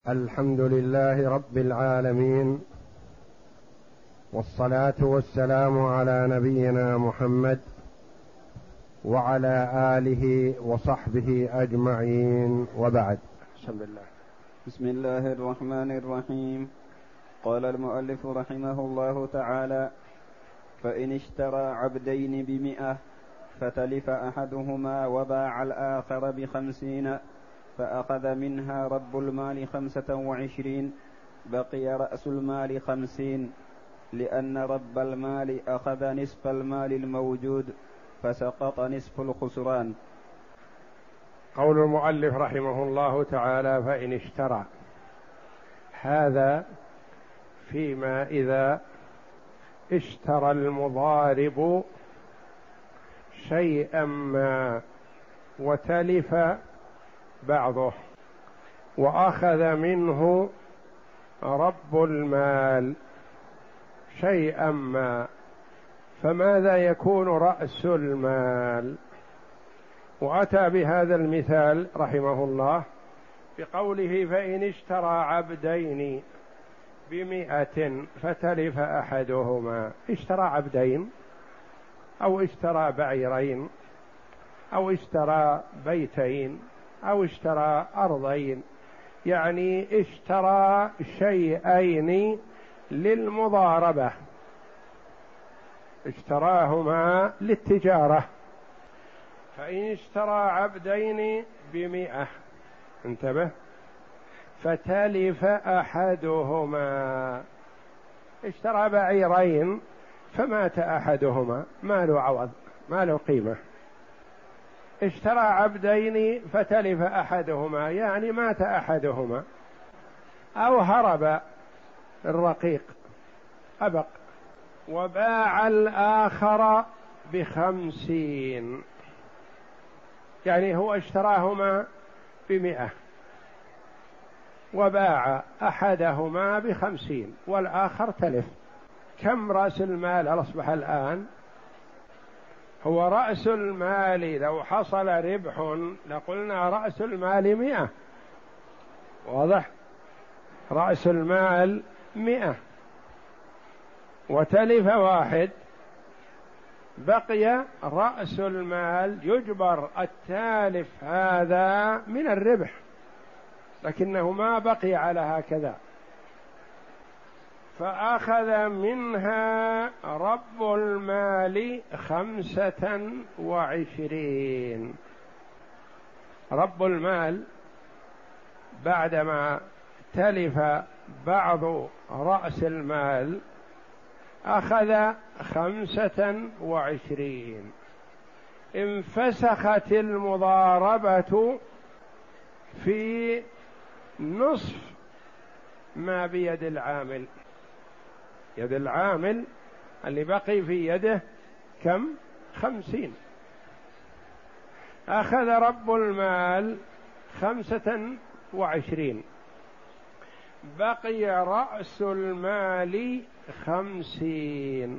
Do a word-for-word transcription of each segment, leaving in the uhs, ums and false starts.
الحمد لله رب العالمين، والصلاة والسلام على نبينا محمد وعلى آله وصحبه أجمعين، وبعد. بسم الله بسم الله الرحمن الرحيم. قال المؤلف رحمه الله تعالى: فإن اشترى عبدين بمئة فتلف أحدهما وباع الآخر بخمسين فأخذ منها رب المال خمسة وعشرين، بقي رأس المال خمسين، لأن رب المال أخذ نصف المال الموجود فسقط نصف الخسران. قول المؤلف رحمه الله تعالى: فإن اشترى، هذا فيما إذا اشترى المضارب شيئا ما وتلف بعضه وأخذ منه رب المال شيئا ما، فماذا يكون رأس المال؟ وأتى بهذا المثال رحمه الله بقوله: فإن اشترى عبدين بمئة فتلف أحدهما. اشترى عبدين أو اشترى بعيرين أو اشترى بيتين أو اشترى أرضين، يعني اشترى شيئين للمضاربة، اشتراهما للتجارة. فإن اشترى عبدين بمئة، انتبه، فتلف أحدهما، اشترى بعيرين فمات أحدهما، ما له عوض، ما له قيمة. اشترى عبدين فتلف أحدهما، يعني مات أحدهما أو هرب الرقيق أبق، وباع الآخر بخمسين، يعني هو اشتراهما بمئة وباع أحدهما بخمسين والآخر تلف. كم رأس المال أصبح الآن؟ هو رأس المال لو حصل ربح لقلنا رأس المال مئة، واضح؟ رأس المال مئة وتلف واحد، بقي رأس المال، يجبر التالف هذا من الربح، لكنه ما بقي على هكذا، فأخذ منها رب المال خمسة وعشرين. رب المال بعدما تلف بعض رأس المال أخذ خمسة وعشرين. انفسخت المضاربة في نصف ما بيد العامل. يد العامل اللي بقي في يده كم؟ خمسين. أخذ رب المال خمسة وعشرين، بقي رأس المال خمسين،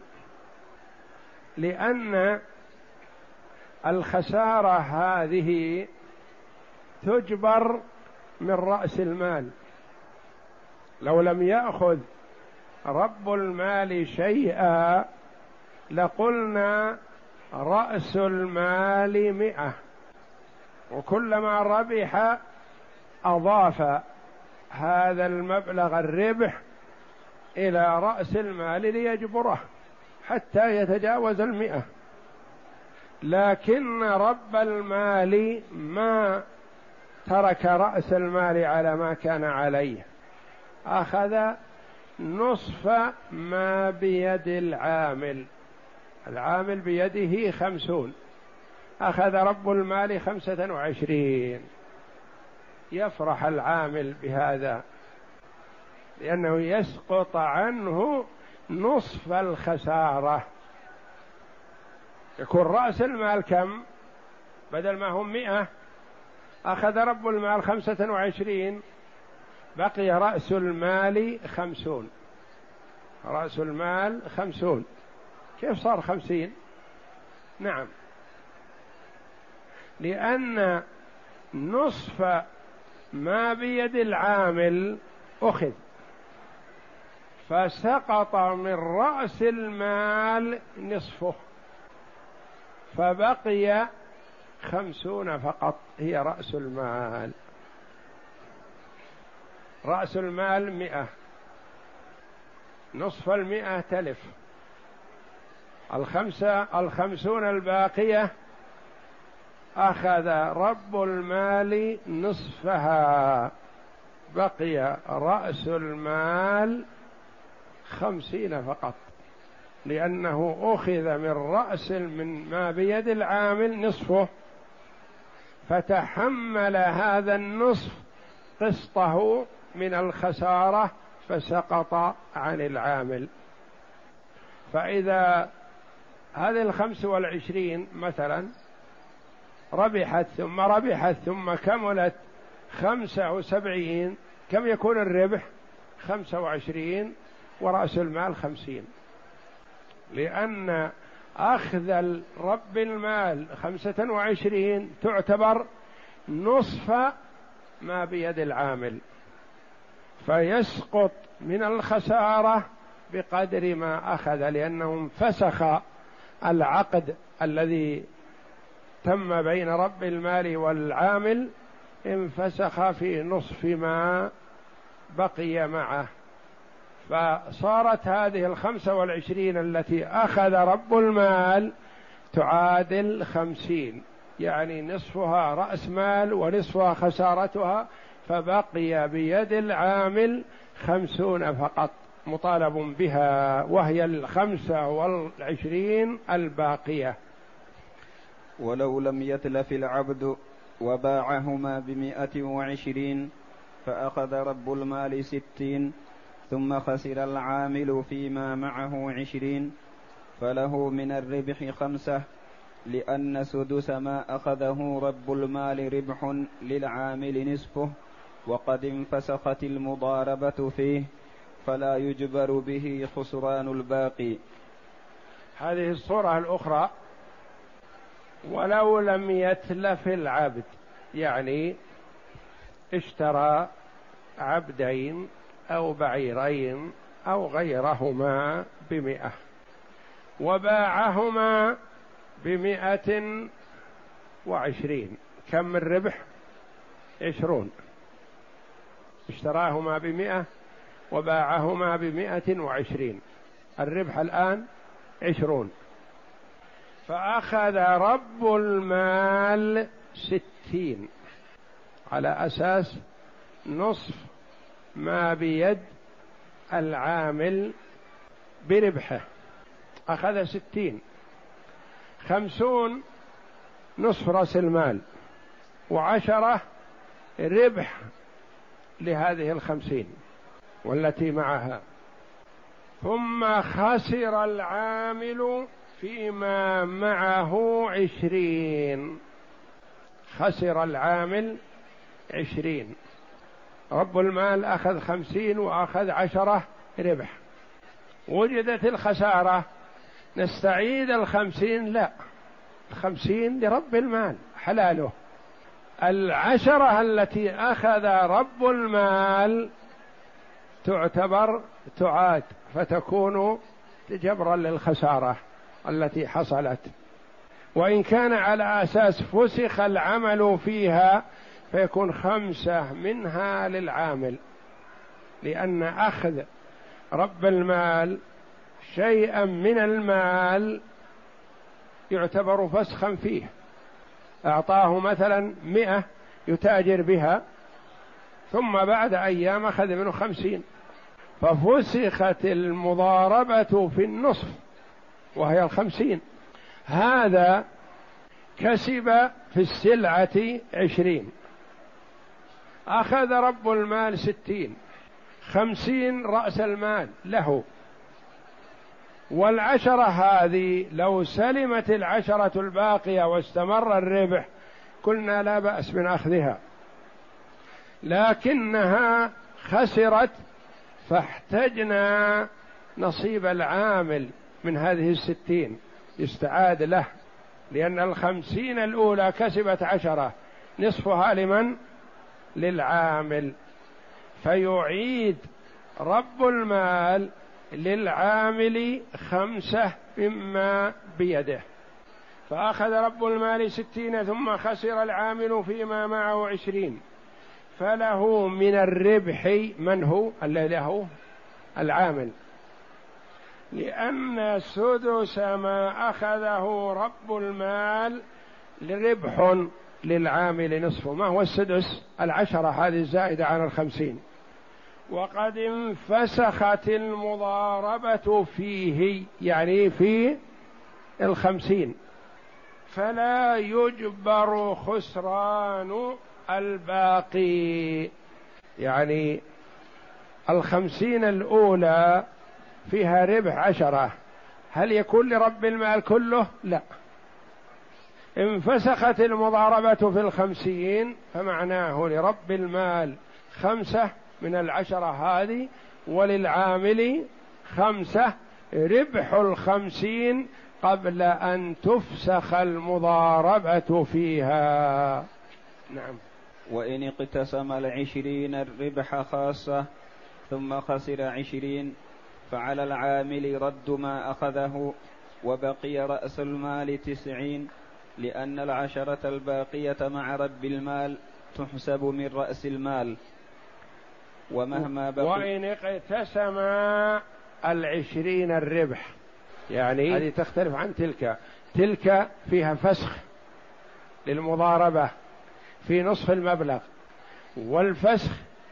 لأن الخسارة هذه تجبر من رأس المال. لو لم يأخذ رب المال شيئا لقلنا رأس المال مئة، وكلما ربح أضاف هذا المبلغ الربح إلى رأس المال ليجبره حتى يتجاوز المئة. لكن رب المال ما ترك رأس المال على ما كان عليه، أخذ نصف ما بيد العامل. العامل بيده خمسون، أخذ رب المال خمسة وعشرين. يفرح العامل بهذا لأنه يسقط عنه نصف الخسارة. يكون رأس المال كم؟ بدل ما هم مئة أخذ رب المال خمسة وعشرين، بقي رأس المال خمسون. رأس المال خمسون، كيف صار خمسين؟ نعم، لأن نصف ما بيد العامل أخذ، فسقط من رأس المال نصفه، فبقي خمسون فقط هي رأس المال. رأس المال مئة، نصف المئة تلف، الخمسة الخمسون الباقية أخذ رب المال نصفها، بقي رأس المال خمسين فقط، لأنه أخذ من رأس من ما بيد العامل نصفه، فتحمل هذا النصف قسطه من الخسارة فسقط عن العامل. فإذا هذه الخمس والعشرين مثلا ربحت ثم ربحت ثم كملت خمسة وسبعين، كم يكون الربح؟ خمسة وعشرين ورأس المال خمسين، لأن أخذ رب المال خمسة وعشرين تعتبر نصف ما بيد العامل، فيسقط من الخسارة بقدر ما أخذ، لأنه فسخ العقد الذي تم بين رب المال والعامل، انفسخ في نصف ما بقي معه، فصارت هذه الخمسة والعشرين التي أخذ رب المال تعادل خمسين، يعني نصفها رأس مال ونصفها خسارتها، فبقي بيد العامل خمسون فقط مطالب بها، وهي الخمسة والعشرين الباقية. ولو لم يتلف العبد وباعهما بمائة وعشرين فأخذ رب المال ستين، ثم خسر العامل فيما معه عشرين، فله من الربح خمسة، لأن سدس ما أخذه رب المال ربح للعامل نصفه، وقد انفسخت المضاربة فيه، فلا يجبر به خسران الباقي. هذه الصورة الأخرى، ولو لم يتلف العبد، يعني اشترى عبدين أو بعيرين أو غيرهما بمئة وباعهما بمئة وعشرين، كم الربح؟ عشرون. اشتراهما بمئة وباعهما بمئة وعشرين، الربح الآن عشرون، فأخذ رب المال ستين على أساس نصف ما بيد العامل بربحه، أخذ ستين، خمسون نصف رأس المال، وعشرة ربح لهذه الخمسين والتي معها، ثم خسر العامل فيما معه عشرين، خسر العامل عشرين، رب المال أخذ خمسين وأخذ عشرة ربح، وجدت الخسارة، نستعيد الخمسين؟ لا، الخمسين لرب المال حلاله، العشرة التي أخذ رب المال تعتبر تعاد، فتكون جبرا للخسارة التي حصلت، وإن كان على أساس فسخ العمل فيها فيكون خمسة منها للعامل، لأن أخذ رب المال شيئا من المال يعتبر فسخا فيه، أعطاه مثلا مئة يتاجر بها، ثم بعد أيام أخذ منه خمسين، ففسخت المضاربة في النصف وهي الخمسين، هذا كسب في السلعة عشرين، أخذ رب المال ستين، خمسين رأس المال له، والعشرة هذه لو سلمت العشرة الباقية واستمر الربح قلنا لا بأس من أخذها، لكنها خسرت، فاحتجنا نصيب العامل من هذه الستين يستعاد له، لأن الخمسين الأولى كسبت عشرة، نصفها لمن؟ للعامل، فيعيد رب المال للعامل خمسة مما بيده. فأخذ رب المال ستين ثم خسر العامل فيما معه عشرين، فله من الربح من هو الذي له العامل، لأن سدس ما أخذه رب المال لربح للعامل نصفه. ما هو السدس؟ العشرة هذه الزائدة عن الخمسين. وقد انفسخت المضاربة فيه، يعني في الخمسين، فلا يجبر خسران الباقي. يعني الخمسين الأولى فيها ربح عشرة، هل يكون لرب المال كله؟ لا، انفسخت المضاربة في الخمسين، فمعناه لرب المال خمسة من العشرة هذه، وللعامل خمسة، ربح الخمسين قبل أن تفسخ المضاربة فيها. نعم. وإن اقتسم العشرين الربح خاصة ثم خسر عشرين، فعلى العامل رد ما أخذه، وبقي رأس المال تسعين، لأن العشرة الباقية مع رب المال تحسب من رأس المال. ومهما بقي وإن اقتسم العشرين الربح، يعني هذه تختلف عن تلك. تلك فيها فسخ للمضاربة في نصف المبلغ، والفسخ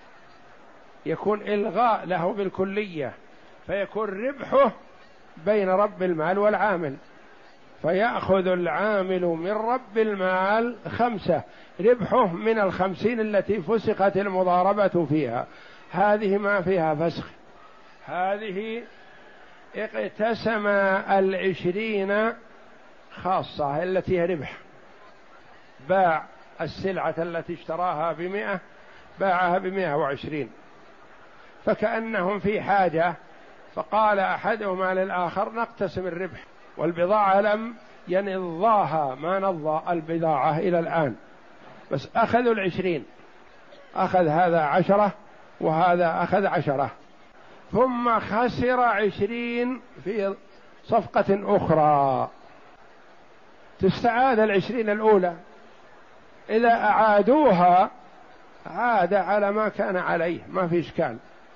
يكون إلغاء له بالكلية، فيكون ربحه بين رب المال والعامل، فيأخذ العامل من رب المال خمسة، ربحه من الخمسين التي فسخت المضاربة فيها. هذه ما فيها فسخ. هذه اقتسم العشرين خاصة التي هي ربح، باع السلعة التي اشتراها بمئة باعها بمئة وعشرين، فكأنهم في حاجة، فقال أحدهما للآخر نقتسم الربح، والبضاعة لم ينضاها، ما نضى البضاعة إلى الآن، بس أخذوا العشرين، أخذ هذا عشرة وهذا أخذ عشرة، ثم خسر عشرين في صفقة أخرى، تستعاد العشرين الأولى. إذا أعادوها عاد على ما كان عليه، ما في إشكال.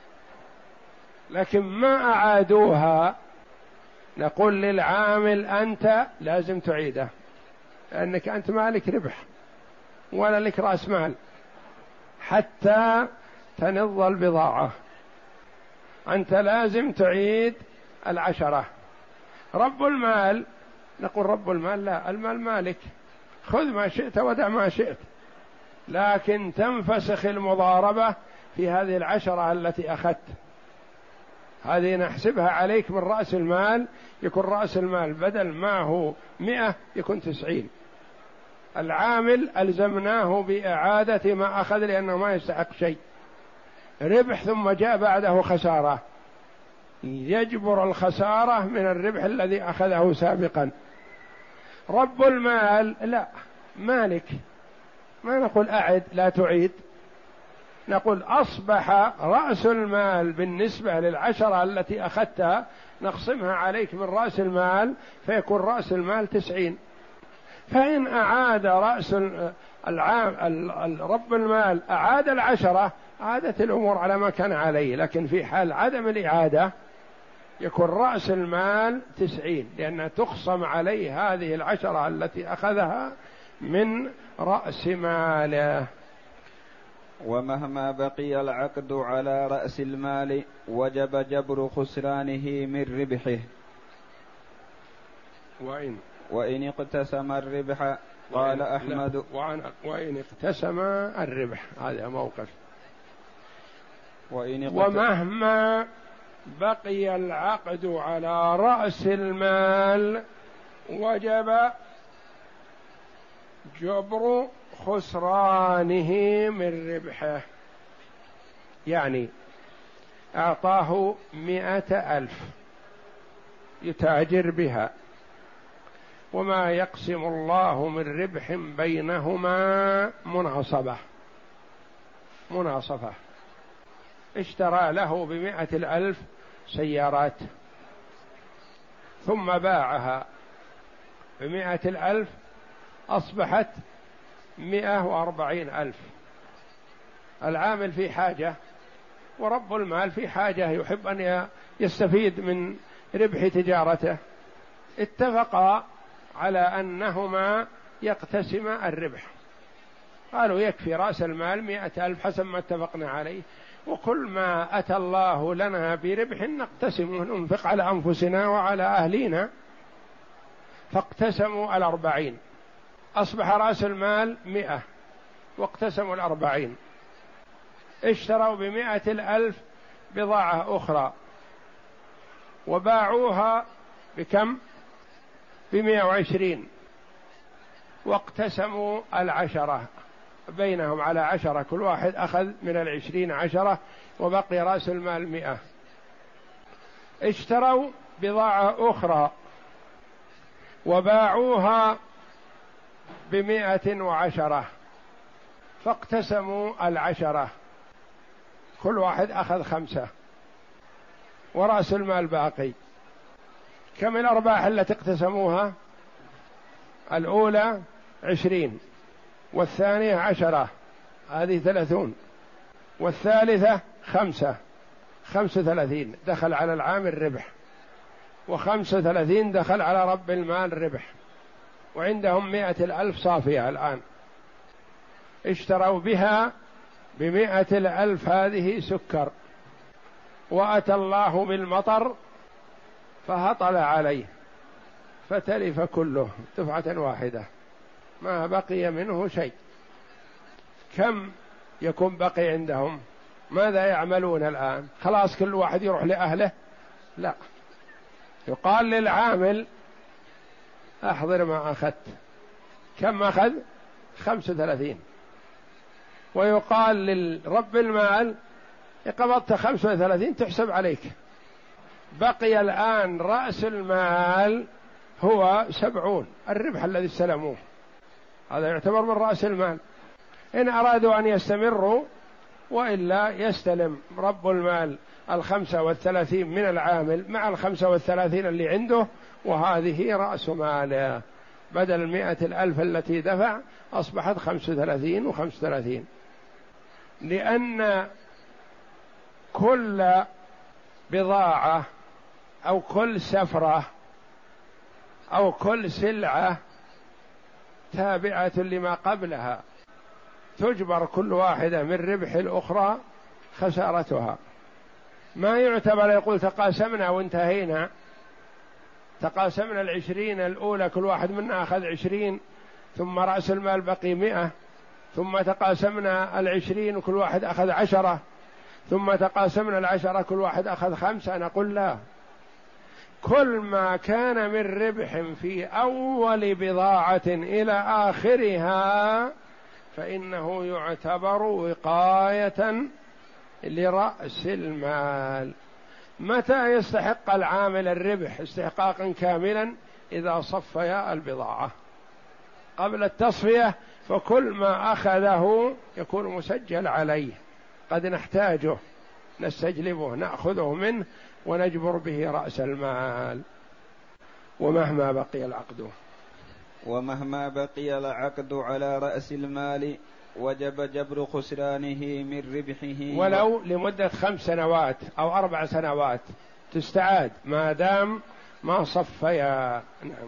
لكن ما أعادوها نقول للعامل أنت لازم تعيده، لأنك أنت مالك ربح ولا لك رأس مال حتى تنض البضاعة، أنت لازم تعيد العشرة. رب المال نقول رب المال لا، المال مالك، خذ ما شئت ودع ما شئت، لكن تنفسخ المضاربة في هذه العشرة التي أخذت، هذه نحسبها عليك من رأس المال، يكون رأس المال بدل ما هو مئة يكون تسعين. العامل ألزمناه بإعادة ما أخذ لأنه ما يستحق شيء، ربح ثم جاء بعده خسارة، يجبر الخسارة من الربح الذي أخذه سابقا. رب المال لا، مالك، ما نقول أعد لا تعيد، نقول أصبح رأس المال بالنسبة للعشرة التي أخذتها نقسمها عليك من رأس المال، فيكون رأس المال تسعين. فإن أعاد رأس العام رب المال أعاد العشرة، عادت الأمور على ما كان عليه. لكن في حال عدم الإعادة يكون رأس المال تسعين، لأنها تخصم عليه هذه العشرة التي أخذها من رأس ماله. ومهما بقي العقد على رأس المال وجب جبر خسرانه من ربحه. وإن وإن اقتسم الربح قال أحمد وإن اقتسم الربح، هذا موقف. وإن ومهما بقي العقد على رأس المال وجب جبر خسرانه من ربحه. يعني أعطاه مئة ألف يتاجر بها، وما يقسم الله من ربح بينهما مناصبة، مناصفة، اشترى له بمائة الألف سيارات ثم باعها بمائة الألف، أصبحت مائة وأربعين ألف. العامل في حاجة ورب المال في حاجة، يحب أن يستفيد من ربح تجارته، اتفقا على أنهما يقتسما الربح. قالوا يكفي رأس المال مائة ألف حسب ما اتفقنا عليه، وكل ما أتى الله لنا بربح نقتسمه، ننفق على أنفسنا وعلى أهلينا. فاقتسموا الأربعين، أصبح رأس المال مئة واقتسموا الأربعين. اشتروا بمائة الألف بضاعة أخرى وباعوها بكم؟ بمائة وعشرين، واقتسموا العشرة بينهم على عشرة، كل واحد أخذ من العشرين عشرة وبقي رأس المال مئة. اشتروا بضاعة أخرى وباعوها بمائة وعشرة، فاقتسموا العشرة، كل واحد أخذ خمسة ورأس المال باقي. كم الأرباح التي اقتسموها؟ الأولى عشرين، والثانية عشرة، هذه ثلاثون، والثالثة خمسة، خمسة ثلاثين دخل على العامل ربح، وخمسة ثلاثين دخل على رب المال ربح، وعندهم مائة الألف صافية الآن. اشتروا بها بمائة الألف هذه سكر، وأتى الله بالمطر فهطل عليه فتلف كله دفعة واحدة، ما بقي منه شيء. كم يكون بقي عندهم؟ ماذا يعملون الآن؟ خلاص كل واحد يروح لأهله؟ لا، يقال للعامل أحضر ما أخذت. كم أخذ؟ خمسة وثلاثين. ويقال للرب المال قبضت خمسة وثلاثين تحسب عليك، بقي الآن رأس المال هو سبعون، الربح الذي استلموه هذا يعتبر من رأس المال. إن أرادوا أن يستمروا، وإلا يستلم رب المال الخمسة والثلاثين من العامل مع الخمسة والثلاثين اللي عنده، وهذه رأس ماله، بدل المائة الألف التي دفع أصبحت خمسة وثلاثين وخمسة وثلاثين. لأن كل بضاعة أو كل سفرة أو كل سلعة تابعة لما قبلها، تجبر كل واحدة من ربح الأخرى خسارتها. ما يعتبر يقول تقاسمنا وانتهينا، تقاسمنا العشرين الأولى كل واحد منا أخذ عشرين، ثم رأس المال بقي مئة، ثم تقاسمنا العشرين وكل واحد أخذ عشرة، ثم تقاسمنا العشرة كل واحد أخذ خمسة. نقول لا، كل ما كان من ربح في أول بضاعة إلى آخرها فإنه يعتبر وقاية لرأس المال. متى يستحق العامل الربح استحقاقا كاملا؟ إذا صفي البضاعة. قبل التصفية فكل ما أخذه يكون مسجل عليه، قد نحتاجه نستجلبه نأخذه منه ونجبر به رأس المال. ومهما بقي العقد ومهما بقي العقد على رأس المال وجب جبر خسرانه من ربحه، ولو لمدة خمس سنوات أو أربع سنوات تستعاد ما دام ما صفيا. نعم.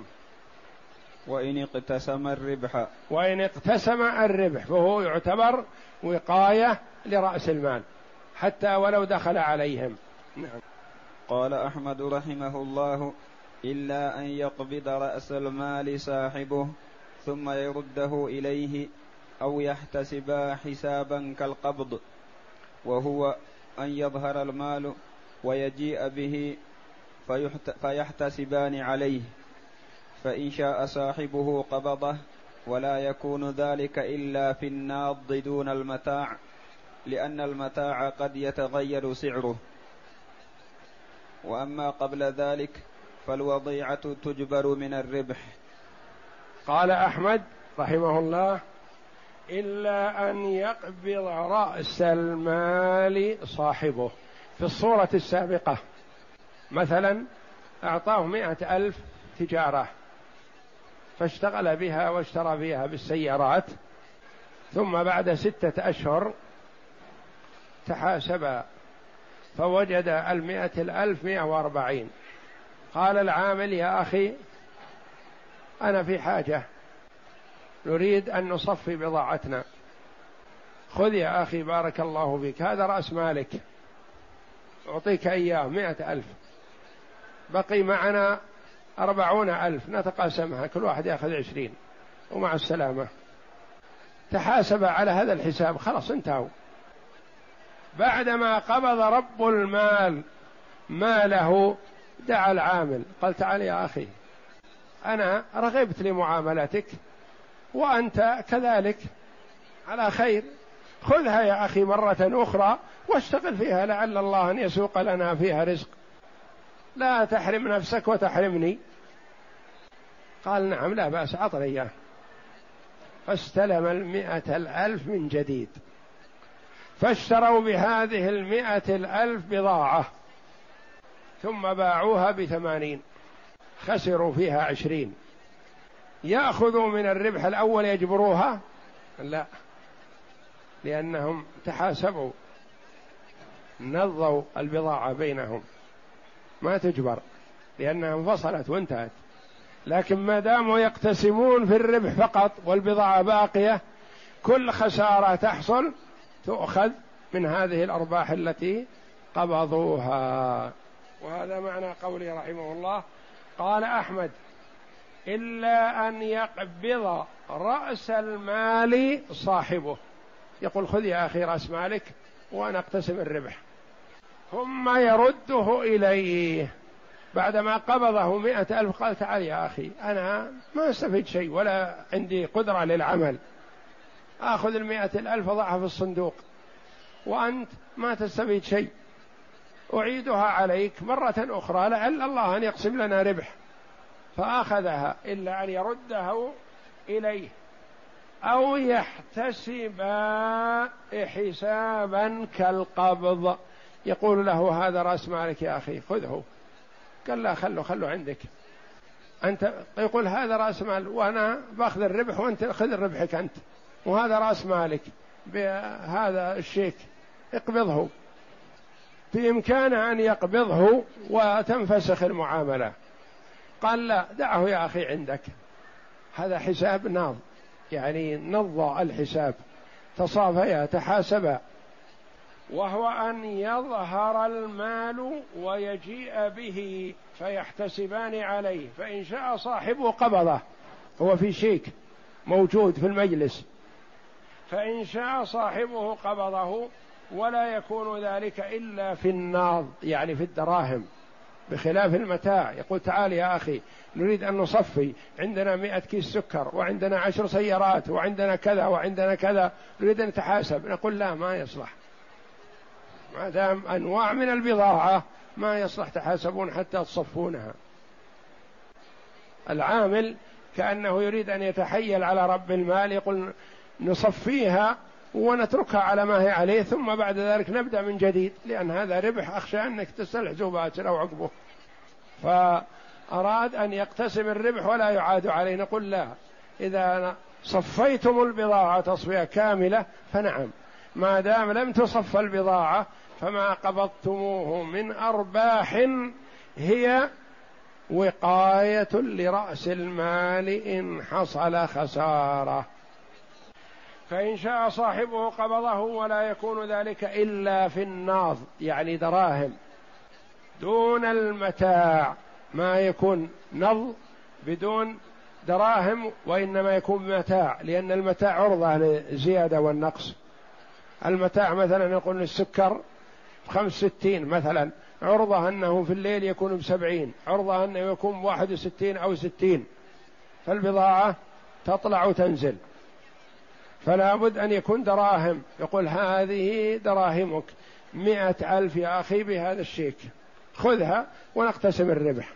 وإن اقتسم الربح وإن اقتسم الربح فهو يعتبر وقاية لرأس المال حتى ولو دخل عليهم. نعم. قال أحمد رحمه الله: إلا أن يقبض رأس المال صاحبه ثم يرده إليه أو يحتسب حسابا كالقبض، وهو أن يظهر المال ويجيء به فيحتسبان عليه، فإن شاء صاحبه قبضه، ولا يكون ذلك إلا في الناض دون المتاع، لأن المتاع قد يتغير سعره. وأما قبل ذلك فالوضيعة تجبر من الربح. قال أحمد رحمه الله: إلا أن يقبض رأس المال صاحبه. في الصورة السابقة مثلا أعطاه مئة ألف تجارة فاشتغل بها واشترى بها بالسيارات، ثم بعد ستة أشهر تحاسب فوجد المئة الألف مئة وأربعين. قال العامل يا أخي أنا في حاجة، نريد أن نصفي بضاعتنا، خذ يا أخي بارك الله فيك هذا رأس مالك أعطيك إياه مئة ألف، بقي معنا أربعون ألف نتقاسمها كل واحد يأخذ عشرين ومع السلامة. تحاسب على هذا الحساب، خلاص انتهوا. بعدما قبض رب المال ماله دعا العامل قال تعال يا أخي أنا رغبت لمعاملتك وأنت كذلك على خير، خذها يا أخي مرة أخرى واشتغل فيها لعل الله أن يسوق لنا فيها رزق، لا تحرم نفسك وتحرمني. قال نعم لا بأس أعطني إياه، فاستلم المئة الألف من جديد، فاشتروا بهذه المئة الألف بضاعة ثم باعوها بثمانين، خسروا فيها عشرين. يأخذوا من الربح الأول يجبروها؟ لا، لأنهم تحاسبوا نضوا البضاعة بينهم، ما تجبر لأنها انفصلت وانتهت. لكن ما داموا يقتسمون في الربح فقط والبضاعة باقية، كل خسارة تحصل تؤخذ من هذه الأرباح التي قبضوها. وهذا معنى قوله رحمه الله. قال أحمد إلا أن يقبض رأس المال صاحبه، يقول خذ يا أخي رأس مالك وأنا أقتسم الربح، ثم يرده إليه بعدما قبضه مئة ألف. قال تعال يا أخي أنا ما استفيد شيء ولا عندي قدرة للعمل، آخذ المئة الألف وضعها في الصندوق وأنت ما تستفيد شيء، أعيدها عليك مرة أخرى لعل الله أن يقسم لنا ربح. فأخذها إلا أن يرده إليه أو يحتسب حسابا كالقبض، يقول له هذا رأس مالك يا أخي خذه، قال لا خلوا خلوا عندك أنت، يقول هذا رأس مال وأنا باخذ الربح وأنت خذ ربحك أنت، وهذا رأس مالك بهذا الشيك اقبضه. بإمكانه أن يقبضه وتنفسخ المعاملة. قال لا دعه يا أخي عندك، هذا حساب ناض، يعني نضى الحساب، تصافيا تحاسبا، وهو أن يظهر المال ويجيء به فيحتسبان عليه، فإن شاء صاحبه قبضه، هو في شيك موجود في المجلس، فإن شاء صاحبه قبضه، ولا يكون ذلك إلا في الناض يعني في الدراهم، بخلاف المتاع. يقول تعال يا أخي نريد أن نصفي، عندنا مئة كيس سكر وعندنا عشر سيارات وعندنا كذا وعندنا كذا، نريد أن نتحاسب، نقول لا ما يصلح، ما دام أنواع من البضاعة ما يصلح تحاسبون حتى تصفونها. العامل كأنه يريد أن يتحيل على رب المال، يقول نصفيها ونتركها على ما هي عليه ثم بعد ذلك نبدأ من جديد، لأن هذا ربح أخشى أنك تستلحزوا باكر أو عقبه. فأراد أن يقتسم الربح ولا يعاد عليه، نقول لا، إذا صفيتم البضاعة تصفية كاملة فنعم، ما دام لم تصف البضاعة فما قبضتموه من أرباح هي وقاية لرأس المال إن حصل خسارة. فإن شاء صاحبه قبضه، ولا يكون ذلك إلا في الناض يعني دراهم دون المتاع، ما يكون نض بدون دراهم وإنما يكون متاع، لأن المتاع عرضة للزيادة والنقص. المتاع مثلا يقول السكر خمس ستين مثلا، عرضة أنه في الليل يكون بسبعين، عرضة أنه يكون بواحد وستين أو ستين، فالبضاعة تطلع وتنزل، فلا بد أن يكون دراهم. يقول هذه دراهمك مئة ألف يا أخي بهذا الشيك، خذها ونقتسم الربح.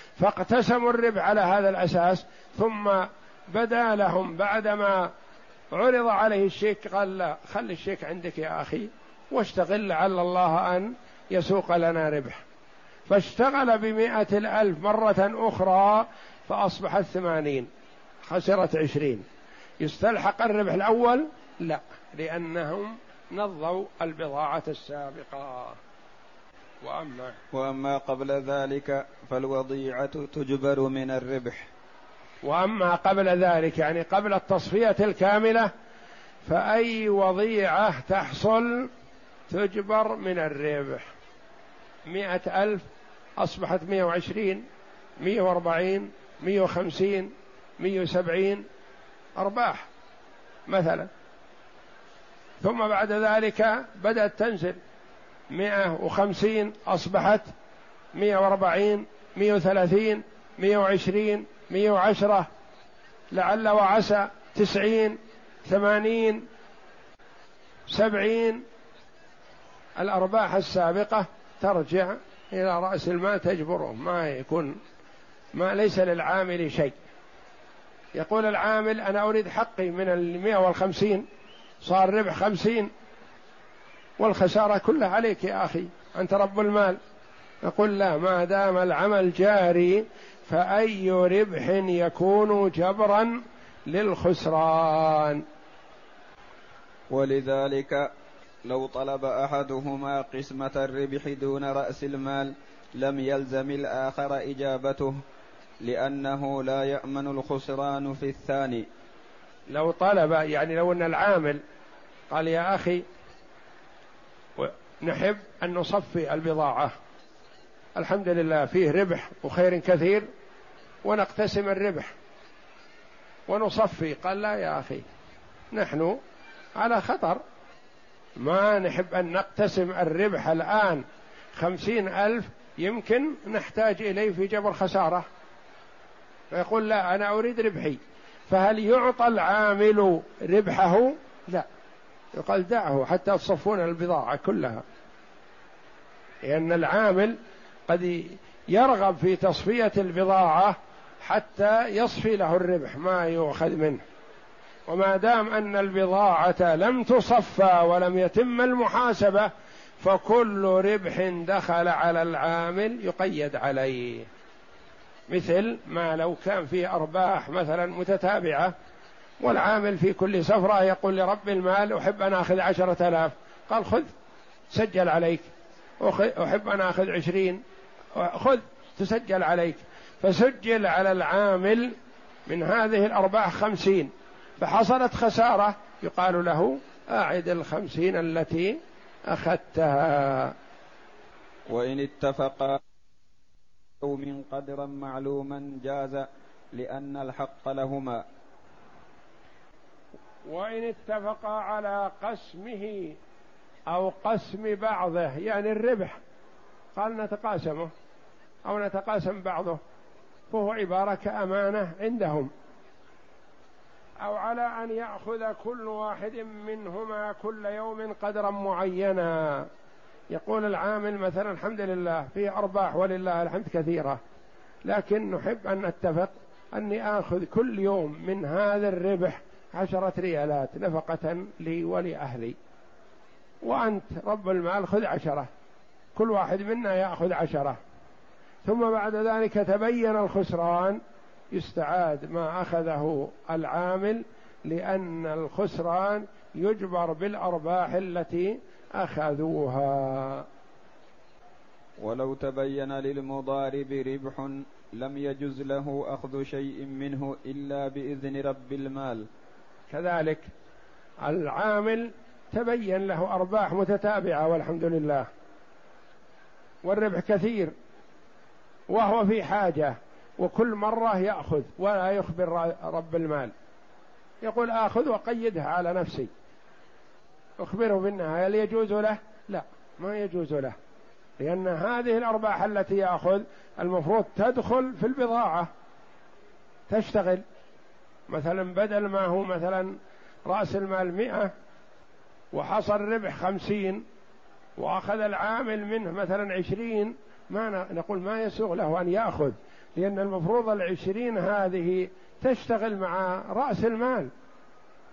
فاقتسموا الربح على هذا الأساس، ثم بدا لهم بعدما عرض عليه الشيك قال لا، خلي الشيك عندك يا أخي واشتغل لعل الله أن يسوق لنا ربح، فاشتغل بمائة الألف مرة أخرى فأصبحت ثمانين، خسرت عشرين. يستلحق الربح الأول؟ لا، لأنهم نظوا البضاعة السابقة. وأما وأما قبل ذلك فالوضيعة تجبر من الربح. وأما قبل ذلك يعني قبل التصفية الكاملة فأي وضيعة تحصل تجبر من الربح. مئة ألف أصبحت مئة وعشرين، مئة وأربعين، مئة وخمسين، مئة وسبعين أرباح مثلا. ثم بعد ذلك بدأت تنزل، مئة وخمسين أصبحت مئة وأربعين، مئة وثلاثين، مئة وعشرين، مئة وعشرة، لعل وعسى تسعين، ثمانين، سبعين. الأرباح السابقة ترجع إلى رأس المال تجبره، ما يكون ما ليس للعامل شيء. يقول العامل أنا أريد حقي من المئة والخمسين، صار ربح خمسين والخسارة كلها عليك يا أخي، أنت رب المال. يقول لا، ما دام العمل جاري فأي ربح يكون جبرا للخسران. ولذلك لو طلب أحدهما قسمة الربح دون رأس المال لم يلزم الآخر إجابته، لأنه لا يأمن الخسران في الثاني. لو طلب يعني لو أن العامل قال يا أخي نحب أن نصفي البضاعة، الحمد لله فيه ربح وخير كثير ونقتسم الربح ونصفي، قال لا يا أخي نحن على خطر، ما نحب أن نقتسم الربح الآن خمسين ألف يمكن نحتاج إليه في جبر خسارة، فيقول لا أنا أريد ربحي. فهل يعطى العامل ربحه؟ لا، يقال دعه حتى تصفون البضاعة كلها، لأن العامل قد يرغب في تصفية البضاعة حتى يصفي له الربح ما يؤخذ منه. وما دام أن البضاعة لم تصفى ولم يتم المحاسبة فكل ربح دخل على العامل يقيد عليه. مثل ما لو كان فيه أرباح مثلا متتابعة والعامل في كل سفرة يقول لرب المال أحب أن أخذ عشرة آلاف، قال خذ سجل عليك، أحب أن أخذ عشرين خذ تسجل عليك، فسجل على العامل من هذه الأرباح خمسين، فحصلت خسارة يقال له أعد الخمسين التي أخذتها. وإن اتفقا من قدرا معلوما جاز لأن الحق لهما. وإن اتفقا على قسمه أو قسم بعضه، يعني الربح قال نتقاسمه أو نتقاسم بعضه، فهو عبارة كأمانة عندهم، أو على أن يأخذ كل واحد منهما كل يوم قدرا معينا. يقول العامل مثلا الحمد لله فيه أرباح ولله الحمد كثيرة، لكن نحب أن نتفق أني آخذ كل يوم من هذا الربح عشرة ريالات نفقة لي ولأهلي، وأنت رب المال خذ عشرة، كل واحد منا يأخذ عشرة. ثم بعد ذلك تبين الخسران يستعاد ما أخذه العامل، لأن الخسران يجبر بالأرباح التي أخذوها. ولو تبين للمضارب ربح لم يجز له أخذ شيء منه إلا بإذن رب المال. كذلك العامل تبين له أرباح متتابعة والحمد لله والربح كثير وهو في حاجة، وكل مرة يأخذ ولا يخبر رب المال، يقول آخذ وقيدها على نفسي، أخبره بالنهاية هل يجوز له؟ لا، ما يجوز له، لأن هذه الأرباح التي يأخذ المفروض تدخل في البضاعة تشتغل. مثلا بدل ما هو مثلا رأس المال مئة وحصل ربح خمسين وأخذ العامل منه مثلا عشرين، ما نقول ما يسوغ له أن يأخذ، لأن المفروض العشرين هذه تشتغل مع رأس المال،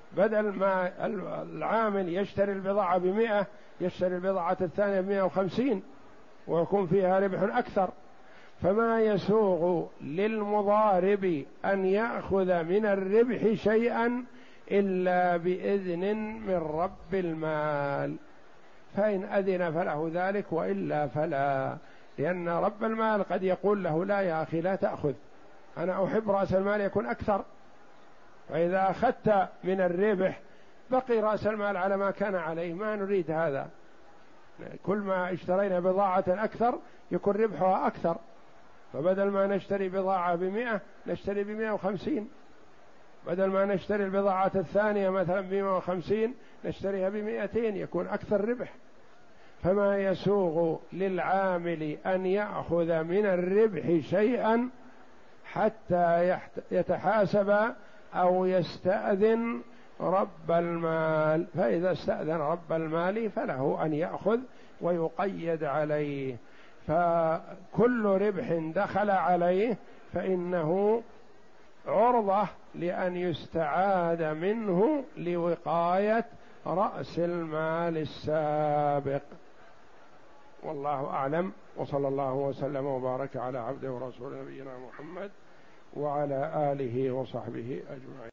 بدل ما العامل يشتري البضاعة بمئة يشتري البضاعة الثانية بمئة وخمسين ويكون فيها ربح أكثر. فما يسوغ للمضارب أن يأخذ من الربح شيئا إلا بإذن من رب المال، فإن أذن فله ذلك وإلا فلا، لأن رب المال قد يقول له لا يا أخي لا تأخذ، أنا أحب رأس المال يكون أكثر، فإذا أخذت من الربح بقي رأس المال على ما كان عليه، ما نريد هذا، كل ما اشترينا بضاعة أكثر يكون ربحها أكثر، فبدل ما نشتري بضاعة بمئة نشتري بمئة وخمسين، بدل ما نشتري البضاعة الثانية مثلا بمئة وخمسين نشتريها بمئتين يكون أكثر ربح. فما يسوغ للعامل أن يأخذ من الربح شيئا حتى يتحاسب أو يستأذن رب المال، فإذا استأذن رب المال فله أن يأخذ ويقيد عليه، فكل ربح دخل عليه فإنه عرضة لأن يستعاد منه لوقاية رأس المال السابق. والله أعلم، وصلى الله وسلم وبارك على عبده ورسوله نبينا محمد وعلى آله وصحبه أجمعين.